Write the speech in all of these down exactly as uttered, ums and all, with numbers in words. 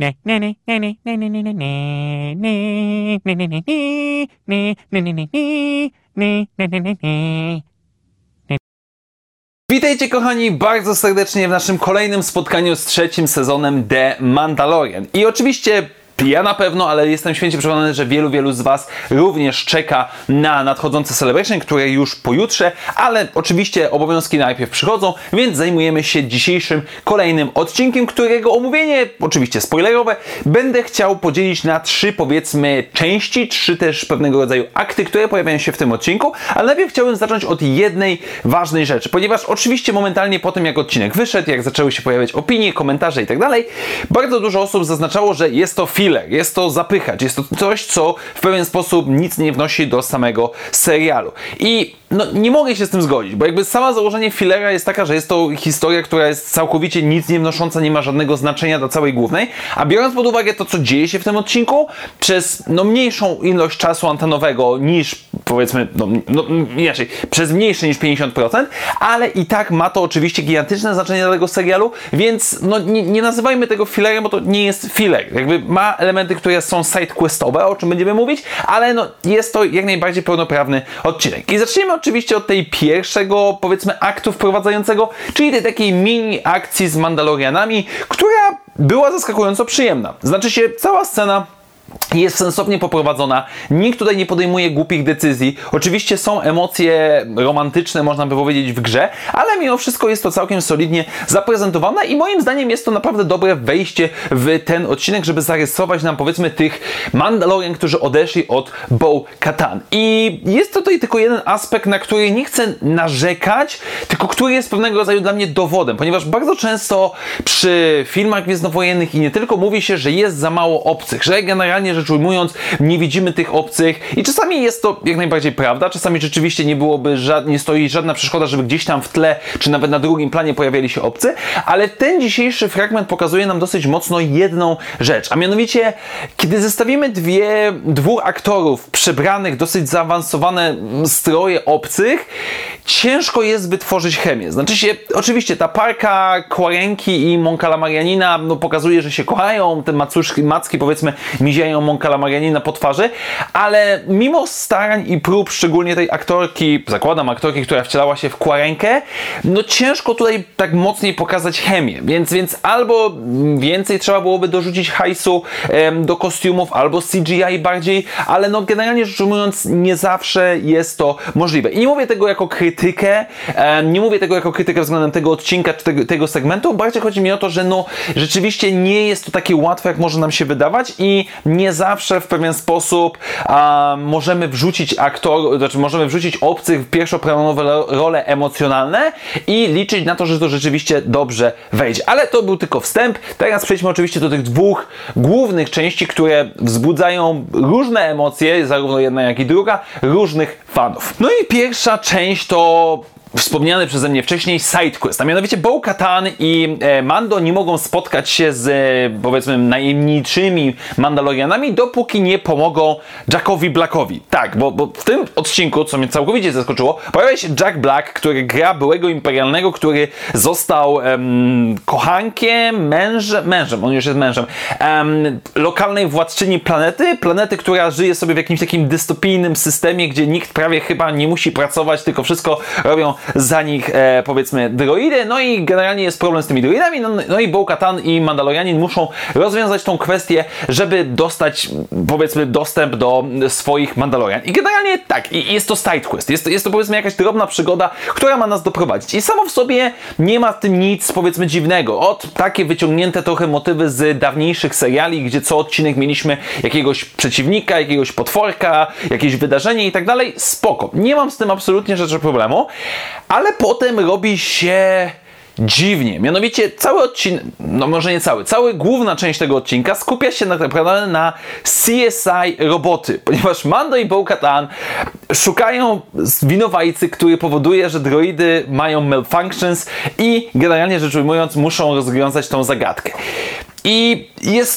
Witajcie kochani bardzo serdecznie w naszym kolejnym spotkaniu z trzecim sezonem The Mandalorian. I oczywiście ja na pewno, ale jestem święcie przekonany, że wielu, wielu z Was również czeka na nadchodzące Celebration, które już pojutrze, ale oczywiście obowiązki najpierw przychodzą, więc zajmujemy się dzisiejszym kolejnym odcinkiem, którego omówienie, oczywiście spoilerowe, będę chciał podzielić na trzy, powiedzmy, części, trzy też pewnego rodzaju akty, które pojawiają się w tym odcinku, ale najpierw chciałbym zacząć od jednej ważnej rzeczy, ponieważ oczywiście momentalnie po tym, jak odcinek wyszedł, jak zaczęły się pojawiać opinie, komentarze i tak dalej, bardzo dużo osób zaznaczało, że jest to filler, jest to zapychacz, jest to coś, co w pewien sposób nic nie wnosi do samego serialu. I no, nie mogę się z tym zgodzić, bo jakby sama założenie fillera jest taka, że jest to historia, która jest całkowicie nic nie wnosząca, nie ma żadnego znaczenia dla całej głównej, a biorąc pod uwagę to, co dzieje się w tym odcinku, przez no, mniejszą ilość czasu antenowego niż, powiedzmy, no, no inaczej, przez mniejsze niż pięćdziesiąt procent, ale i tak ma to oczywiście gigantyczne znaczenie dla tego serialu, więc no, nie, nie nazywajmy tego fillerem, bo to nie jest filler. Jakby ma elementy, które są sidequestowe, o czym będziemy mówić, ale no, jest to jak najbardziej pełnoprawny odcinek. I zacznijmy oczywiście od tej pierwszego, powiedzmy, aktu wprowadzającego, czyli tej takiej mini akcji z Mandalorianami, która była zaskakująco przyjemna. Znaczy się, cała scena jest sensownie poprowadzona, nikt tutaj nie podejmuje głupich decyzji. Oczywiście są emocje romantyczne, można by powiedzieć, w grze, ale mimo wszystko jest to całkiem solidnie zaprezentowane i moim zdaniem jest to naprawdę dobre wejście w ten odcinek, żeby zarysować nam, powiedzmy, tych Mandalorian, którzy odeszli od Bo-Katan. I jest tutaj tylko jeden aspekt, na który nie chcę narzekać, tylko który jest pewnego rodzaju dla mnie dowodem, ponieważ bardzo często przy filmach gwiezdnowojennych i nie tylko mówi się, że jest za mało obcych, że generalnie rzecz ujmując, nie widzimy tych obcych i czasami jest to jak najbardziej prawda, czasami rzeczywiście nie byłoby, ża- nie stoi żadna przeszkoda, żeby gdzieś tam w tle, czy nawet na drugim planie pojawiali się obcy, ale ten dzisiejszy fragment pokazuje nam dosyć mocno jedną rzecz, a mianowicie, kiedy zestawimy dwie, dwóch aktorów przebranych, dosyć zaawansowane stroje obcych, ciężko jest wytworzyć chemię. Znaczy się, oczywiście ta parka Quarenki i Mon Calamarianina no, pokazuje, że się kochają, te macuszki, macki, powiedzmy, miziają Mon Calamarianina po twarzy, ale mimo starań i prób, szczególnie tej aktorki, zakładam aktorki, która wcielała się w Quarenkę, no ciężko tutaj tak mocniej pokazać chemię, więc, więc albo więcej trzeba byłoby dorzucić hajsu em, do kostiumów, albo C G I bardziej, ale no generalnie rzecz ujmując, nie zawsze jest to możliwe. I nie mówię tego jako krytykę, em, nie mówię tego jako krytykę względem tego odcinka, czy tego, tego segmentu, bardziej chodzi mi o to, że no rzeczywiście nie jest to takie łatwe, jak może nam się wydawać i nie zawsze w pewien sposób a, możemy wrzucić aktorów, znaczy możemy wrzucić obcych w pierwszoplanowe role emocjonalne i liczyć na to, że to rzeczywiście dobrze wejdzie. Ale to był tylko wstęp. Teraz przejdźmy oczywiście do tych dwóch głównych części, które wzbudzają różne emocje, zarówno jedna, jak i druga, różnych fanów. No i pierwsza część to wspomniany przeze mnie wcześniej sidequest, a mianowicie Bo-Katan i e, Mando nie mogą spotkać się z, e, powiedzmy, najemniczymi Mandalorianami, dopóki nie pomogą Jackowi Blackowi. Tak, bo, bo w tym odcinku, co mnie całkowicie zaskoczyło, pojawia się Jack Black, który gra byłego imperialnego, który został em, kochankiem, mężem, mężem, on już jest mężem, em, lokalnej władczyni planety, planety, która żyje sobie w jakimś takim dystopijnym systemie, gdzie nikt prawie chyba nie musi pracować, tylko wszystko robią za nich, e, powiedzmy, droidy, no i generalnie jest problem z tymi droidami, no, no i Bo-Katan i Mandalorianin muszą rozwiązać tą kwestię, żeby dostać, powiedzmy, dostęp do swoich Mandalorian. I generalnie tak, i jest to sidequest, jest to, jest to, powiedzmy, jakaś drobna przygoda, która ma nas doprowadzić. I samo w sobie nie ma w tym nic, powiedzmy, dziwnego. Od takie wyciągnięte trochę motywy z dawniejszych seriali, gdzie co odcinek mieliśmy jakiegoś przeciwnika, jakiegoś potworka, jakieś wydarzenie i tak dalej, spoko. Nie mam z tym absolutnie żadnego problemu. Ale potem robi się dziwnie. Mianowicie cały odcinek, no może nie cały, cała główna część tego odcinka skupia się tak naprawdę na C S I roboty, ponieważ Mando i Bo-Katan szukają winowajcy, który powoduje, że droidy mają malfunctions i generalnie rzecz ujmując muszą rozwiązać tą zagadkę. I jest to tak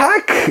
tak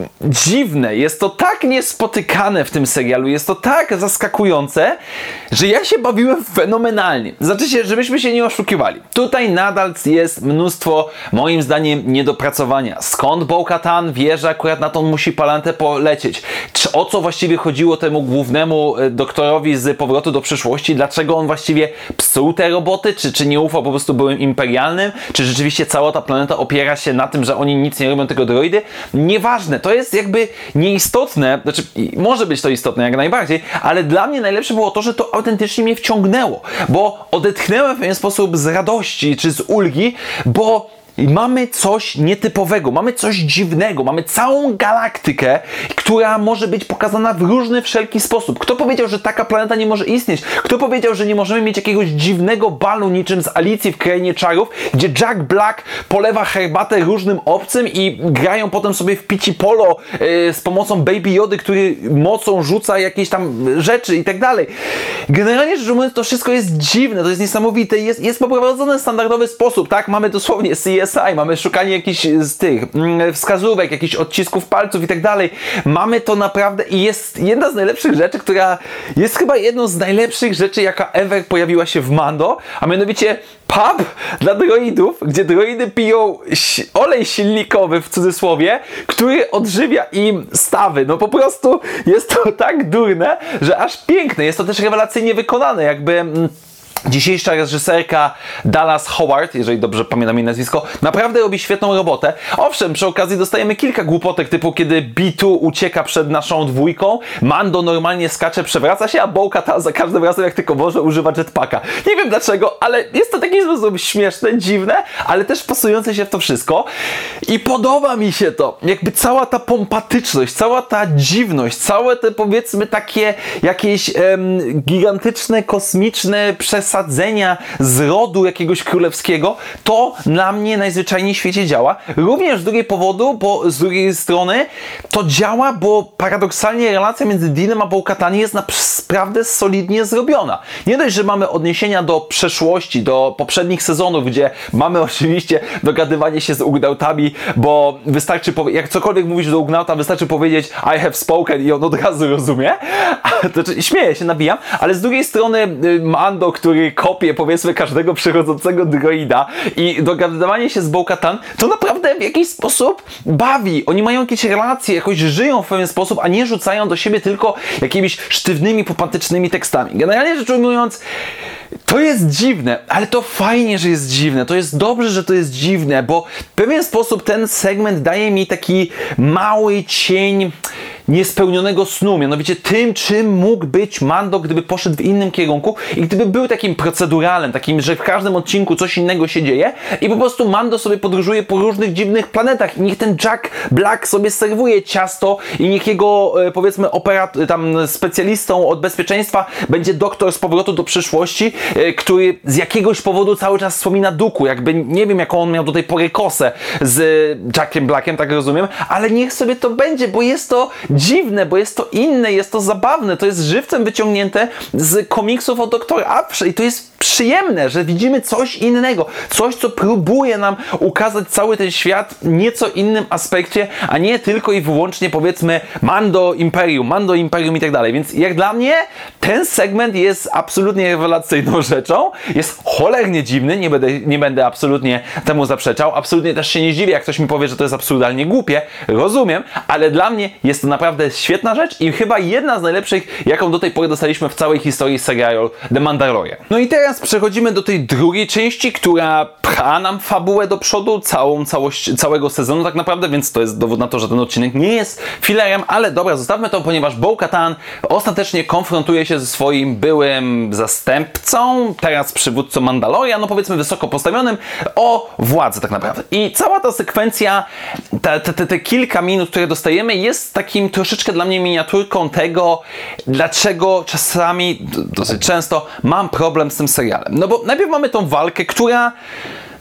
dziwne, jest to tak niespotykane w tym serialu, jest to tak zaskakujące, że ja się bawiłem fenomenalnie. Znaczy się, żebyśmy się nie oszukiwali. Tutaj nadal jest mnóstwo, moim zdaniem, niedopracowania. Skąd Bo-Katan wie, że akurat na tą musi Palantę polecieć? Czy o co właściwie chodziło temu głównemu doktorowi z Powrotu do przyszłości? Dlaczego on właściwie psuł te roboty? Czy, czy nie ufał po prostu byłym imperialnym? Czy rzeczywiście cała ta planeta opiera się na tym, że oni nic nie robią, tego droidy? Nieważne, to jest jakby nieistotne, znaczy może być to istotne jak najbardziej, ale dla mnie najlepsze było to, że to autentycznie mnie wciągnęło, bo odetchnęłem w pewien sposób z radości czy z ulgi, bo i mamy coś nietypowego, mamy coś dziwnego, mamy całą galaktykę, która może być pokazana w różny, wszelki sposób. Kto powiedział, że taka planeta nie może istnieć? Kto powiedział, że nie możemy mieć jakiegoś dziwnego balu niczym z Alicji w Krainie Czarów, gdzie Jack Black polewa herbatę różnym obcym i grają potem sobie w pici polo yy, z pomocą Baby Jody, który mocą rzuca jakieś tam rzeczy i tak dalej. Generalnie rzecz ujmując, to wszystko jest dziwne, to jest niesamowite, jest, jest poprowadzone w standardowy sposób, tak? Mamy dosłownie C S I, mamy szukanie jakichś z tych wskazówek, jakichś odcisków palców i tak dalej. Mamy to naprawdę i jest jedna z najlepszych rzeczy, która jest chyba jedną z najlepszych rzeczy, jaka ever pojawiła się w Mando, a mianowicie pub dla droidów, gdzie droidy piją olej silnikowy w cudzysłowie, który odżywia im stawy. No po prostu jest to tak durne, że aż piękne. Jest to też rewelacyjnie wykonane, jakby dzisiejsza reżyserka Dallas Howard, jeżeli dobrze pamiętam jej nazwisko, naprawdę robi świetną robotę. Owszem, przy okazji dostajemy kilka głupotek, typu kiedy B dwa ucieka przed naszą dwójką, Mando normalnie skacze, przewraca się, a Bo-Katan za każdym razem, jak tylko może, używa jetpacka. Nie wiem dlaczego, ale jest to w taki sposób śmieszne, dziwne, ale też pasujące się w to wszystko. I podoba mi się to. Jakby cała ta pompatyczność, cała ta dziwność, całe te, powiedzmy, takie jakieś em, gigantyczne, kosmiczne przesady sadzenia z rodu jakiegoś królewskiego, to dla mnie najzwyczajniej w świecie działa. Również z drugiego powodu, bo z drugiej strony to działa, bo paradoksalnie relacja między Deanem a Bo-Katanem jest naprawdę solidnie zrobiona. Nie dość, że mamy odniesienia do przeszłości, do poprzednich sezonów, gdzie mamy oczywiście dogadywanie się z Ugnautami, bo wystarczy powiedzieć, jak cokolwiek mówisz do Ugnauta, wystarczy powiedzieć I have spoken i on od razu rozumie. To, znaczy, śmieję się, nabijam, ale z drugiej strony Mando, który kopie, powiedzmy, każdego przychodzącego droida i dogadywanie się z Bo-Katan, to naprawdę w jakiś sposób bawi. Oni mają jakieś relacje, jakoś żyją w pewien sposób, a nie rzucają do siebie tylko jakimiś sztywnymi, popatycznymi tekstami. Generalnie rzecz ujmując, to jest dziwne, ale to fajnie, że jest dziwne. To jest dobrze, że to jest dziwne, bo w pewien sposób ten segment daje mi taki mały cień niespełnionego snu, mianowicie tym, czym mógł być Mando, gdyby poszedł w innym kierunku i gdyby był takim proceduralem, takim, że w każdym odcinku coś innego się dzieje i po prostu Mando sobie podróżuje po różnych dziwnych planetach i niech ten Jack Black sobie serwuje ciasto i niech jego, powiedzmy, operat- tam specjalistą od bezpieczeństwa będzie doktor z Powrotu do przyszłości, który z jakiegoś powodu cały czas wspomina Dooku, jakby nie wiem, jaką on miał do tej pory kosę z Jackiem Blackiem, tak rozumiem, ale niech sobie to będzie, bo jest to dziwne, bo jest to inne, jest to zabawne, to jest żywcem wyciągnięte z komiksów o doktor Aphrze i to jest przyjemne, że widzimy coś innego, coś, co próbuje nam ukazać cały ten świat w nieco innym aspekcie, a nie tylko i wyłącznie, powiedzmy, Mando Imperium, Mando Imperium i tak dalej. Więc jak dla mnie ten segment jest absolutnie rewelacyjną rzeczą, jest cholernie dziwny, nie będę, nie będę absolutnie temu zaprzeczał, absolutnie też się nie zdziwię, jak ktoś mi powie, że to jest absurdalnie głupie, rozumiem, ale dla mnie jest to naprawdę świetna rzecz i chyba jedna z najlepszych, jaką do tej pory dostaliśmy w całej historii serialu The Mandalorian. No i teraz przechodzimy do tej drugiej części, która pcha nam fabułę do przodu, całą całość, całego sezonu tak naprawdę, więc to jest dowód na to, że ten odcinek nie jest filerem, ale dobra, zostawmy to, ponieważ Bo-Katan ostatecznie konfrontuje się ze swoim byłym zastępcą, teraz przywódcą Mandalorian, no powiedzmy wysoko postawionym, o władzę tak naprawdę. I cała ta sekwencja, te, te, te, te kilka minut, które dostajemy, jest takim troszeczkę dla mnie miniaturką tego, dlaczego czasami, dosyć często, mam problem z tym serialem. No bo najpierw mamy tą walkę, która,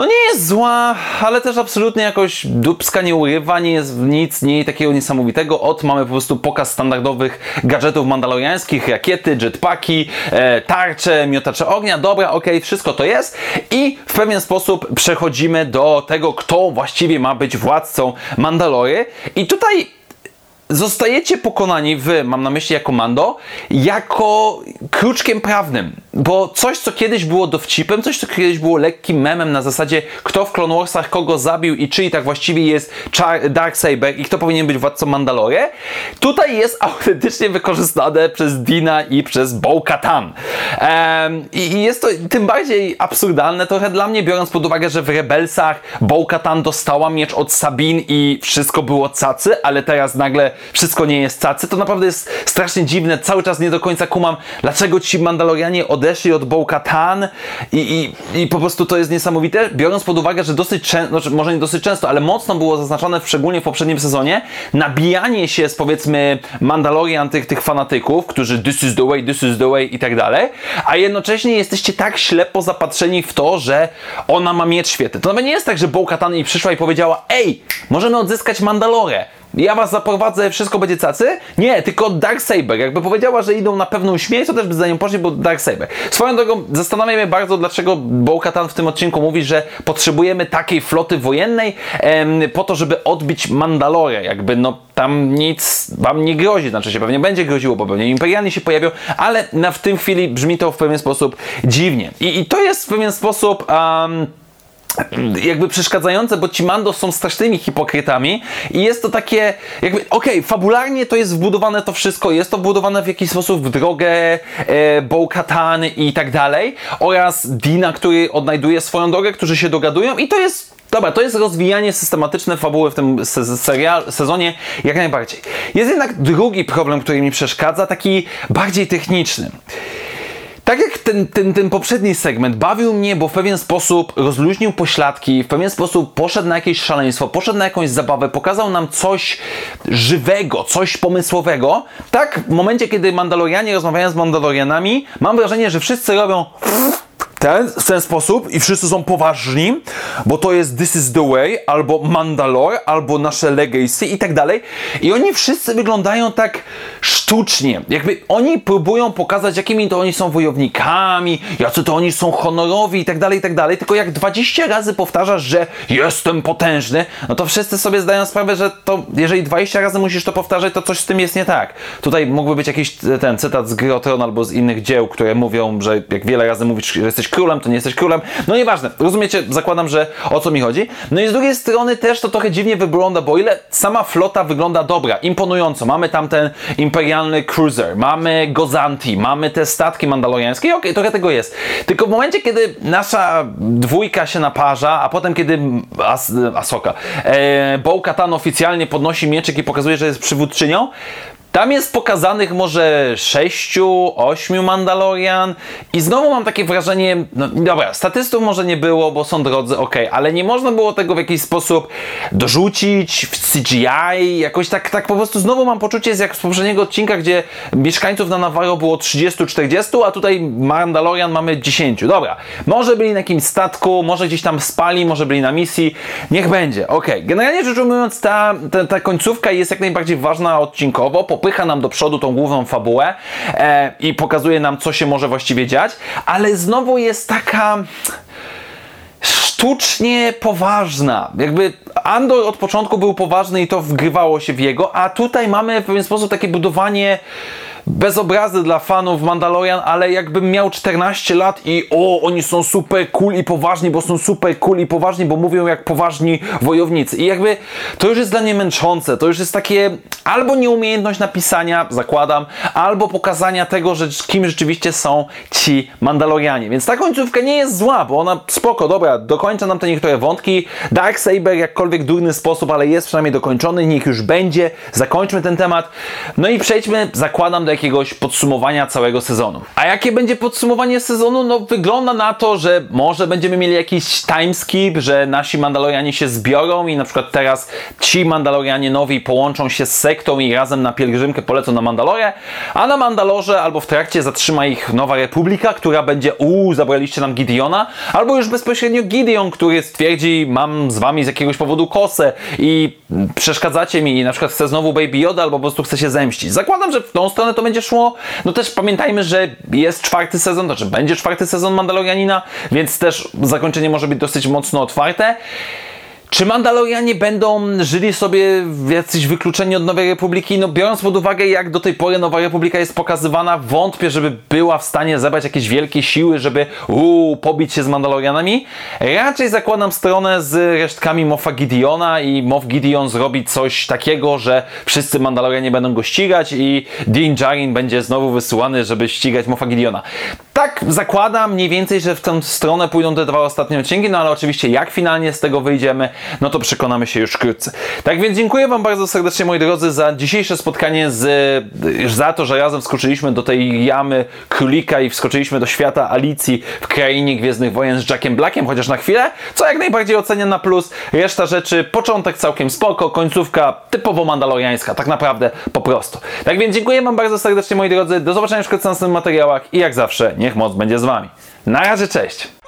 no nie jest zła, ale też absolutnie jakoś dupska nie urywa, nie jest nic nie takiego niesamowitego. Od mamy po prostu pokaz standardowych gadżetów mandaloriańskich, rakiety, jetpacki, e, tarcze, miotacze ognia, dobra, okej, okay, wszystko to jest i w pewien sposób przechodzimy do tego, kto właściwie ma być władcą Mandalory i tutaj zostajecie pokonani wy, mam na myśli jako Mando, jako kruczkiem prawnym. Bo coś, co kiedyś było dowcipem, coś, co kiedyś było lekkim memem na zasadzie kto w Clone Warsach kogo zabił i czyj tak właściwie jest Darksaber i kto powinien być władcą Mandalory, tutaj jest autentycznie wykorzystane przez Dina i przez Bo-Katan. Um, I jest to tym bardziej absurdalne trochę dla mnie, biorąc pod uwagę, że w Rebelsach Bo-Katan dostała miecz od Sabine i wszystko było cacy, ale teraz nagle wszystko nie jest cacy. To naprawdę jest strasznie dziwne. Cały czas nie do końca kumam, dlaczego ci Mandalorianie odeszli od Bo-Katan i, i, i po prostu to jest niesamowite, biorąc pod uwagę, że dosyć często, znaczy może nie dosyć często, ale mocno było zaznaczone, szczególnie w poprzednim sezonie, nabijanie się z powiedzmy Mandalorian tych, tych fanatyków, którzy this is the way, this is the way i tak dalej, a jednocześnie jesteście tak ślepo zapatrzeni w to, że ona ma miecz świetny. To nawet nie jest tak, że Bo-Katan jej przyszła i powiedziała: ej, możemy odzyskać Mandalorę. Ja was zaprowadzę, wszystko będzie cacy? Nie, tylko Darksaber. Jakby powiedziała, że idą na pewną śmierć, to też by za nią poszli, bo Darksaber. Swoją drogą zastanawiam się bardzo, dlaczego Bo-Katan w tym odcinku mówi, że potrzebujemy takiej floty wojennej em, po to, żeby odbić Mandalorę. Jakby no tam nic wam nie grozi, znaczy się pewnie będzie groziło, bo pewnie imperialni się pojawią, ale na w tym chwili brzmi to w pewien sposób dziwnie. I, i to jest w pewien sposób... Um, jakby przeszkadzające, bo ci Mando są strasznymi hipokrytami i jest to takie jakby, okej, okay, fabularnie to jest wbudowane to wszystko, jest to wbudowane w jakiś sposób w drogę e, Bo-Katan i tak dalej oraz Dina, który odnajduje swoją drogę, którzy się dogadują i to jest dobra, to jest rozwijanie systematyczne fabuły w tym se serial, sezonie jak najbardziej. Jest jednak drugi problem, który mi przeszkadza, taki bardziej techniczny. Tak jak ten, ten, ten poprzedni segment bawił mnie, bo w pewien sposób rozluźnił pośladki, w pewien sposób poszedł na jakieś szaleństwo, poszedł na jakąś zabawę, pokazał nam coś żywego, coś pomysłowego. Tak w momencie, kiedy Mandalorianie rozmawiają z Mandalorianami, mam wrażenie, że wszyscy robią ten, w ten sposób i wszyscy są poważni, bo to jest This is the way, albo Mandalore, albo nasze Legacy i tak dalej. I oni wszyscy wyglądają tak sztucznie. Jakby oni próbują pokazać, jakimi to oni są wojownikami, jacy to oni są honorowi i tak dalej, i tak dalej. Tylko jak dwadzieścia razy powtarzasz, że jestem potężny, no to wszyscy sobie zdają sprawę, że to jeżeli dwadzieścia razy musisz to powtarzać, to coś z tym jest nie tak. Tutaj mógłby być jakiś ten cytat z Gry o Tron albo z innych dzieł, które mówią, że jak wiele razy mówisz, że jesteś królem, to nie jesteś królem. No nieważne, rozumiecie, zakładam, że o co mi chodzi. No i z drugiej strony też to trochę dziwnie wygląda, bo o ile sama flota wygląda dobra, imponująco, mamy tam ten imperialny cruiser, mamy Gozanti, mamy te statki mandaloriańskie, okej, okay, trochę tego jest. Tylko w momencie, kiedy nasza dwójka się naparza, a potem kiedy As Asoka, e, Bo-Katan oficjalnie podnosi mieczyk i pokazuje, że jest przywódczynią, tam jest pokazanych może sześciu, ośmiu Mandalorian i znowu mam takie wrażenie, no dobra, statystów może nie było, bo są drodzy, okej, okay, ale nie można było tego w jakiś sposób dorzucić w C G I, jakoś tak, tak po prostu znowu mam poczucie jak z poprzedniego odcinka, gdzie mieszkańców na Navarro było trzydziestu czterdziestu, a tutaj Mandalorian mamy dziesięciu. Dobra, może byli na jakimś statku, może gdzieś tam spali, może byli na misji, niech będzie, okej. Okay. Generalnie rzecz ujmując, ta, ta, ta końcówka jest jak najbardziej ważna odcinkowo, popycha nam do przodu tą główną fabułę e, i pokazuje nam, co się może właściwie dziać, ale znowu jest taka sztucznie poważna. Jakby Andor od początku był poważny i to wgrywało się w jego, a tutaj mamy w pewien sposób takie budowanie bez obrazy dla fanów Mandalorian, ale jakbym miał czternaście lat i o, oni są super cool i poważni, bo są super cool i poważni, bo mówią jak poważni wojownicy. I jakby to już jest dla mnie męczące, to już jest takie albo nieumiejętność napisania, zakładam, albo pokazania tego, że kim rzeczywiście są ci Mandalorianie. Więc ta końcówka nie jest zła, bo ona spoko, dobra, dokończa nam te niektóre wątki. Darksaber jakkolwiek durny sposób, ale jest przynajmniej dokończony, niech już będzie. Zakończmy ten temat. No i przejdźmy, zakładam, do do jakiegoś podsumowania całego sezonu. A jakie będzie podsumowanie sezonu? No wygląda na to, że może będziemy mieli jakiś timeskip, że nasi Mandalorianie się zbiorą i na przykład teraz ci Mandalorianie nowi połączą się z sektą i razem na pielgrzymkę polecą na Mandalorę, a na Mandalorze albo w trakcie zatrzyma ich Nowa Republika, która będzie uuu, zabraliście nam Gideona, albo już bezpośrednio Gideon, który stwierdzi, mam z wami z jakiegoś powodu kosę i przeszkadzacie mi i na przykład chce znowu Baby Yoda, albo po prostu chce się zemścić. Zakładam, że w tą stronę to będzie szło. No też pamiętajmy, że jest czwarty sezon, to znaczy będzie czwarty sezon Mandalorianina, więc też zakończenie może być dosyć mocno otwarte. Czy Mandalorianie będą żyli sobie jacyś wykluczeni od Nowej Republiki? No biorąc pod uwagę, jak do tej pory Nowa Republika jest pokazywana, wątpię, żeby była w stanie zebrać jakieś wielkie siły, żeby uu, pobić się z Mandalorianami. Raczej zakładam stronę z resztkami Moffa Gideona i Moff Gideon zrobi coś takiego, że wszyscy Mandalorianie będą go ścigać i Din Djarin będzie znowu wysyłany, żeby ścigać Moffa Gideona. Tak zakładam mniej więcej, że w tę stronę pójdą te dwa ostatnie odcinki, no ale oczywiście jak finalnie z tego wyjdziemy, no to przekonamy się już wkrótce. Tak więc dziękuję wam bardzo serdecznie, moi drodzy, za dzisiejsze spotkanie, z, za to, że razem wskoczyliśmy do tej jamy królika i wskoczyliśmy do świata Alicji w krainie Gwiezdnych Wojen z Jackiem Blackiem, chociaż na chwilę, co jak najbardziej oceniam na plus. Reszta rzeczy, początek całkiem spoko, końcówka typowo mandaloriańska, tak naprawdę po prostu. Tak więc dziękuję wam bardzo serdecznie, moi drodzy, do zobaczenia wkrótce na następnych materiałach i jak zawsze, niech moc będzie z wami. Na razie, cześć!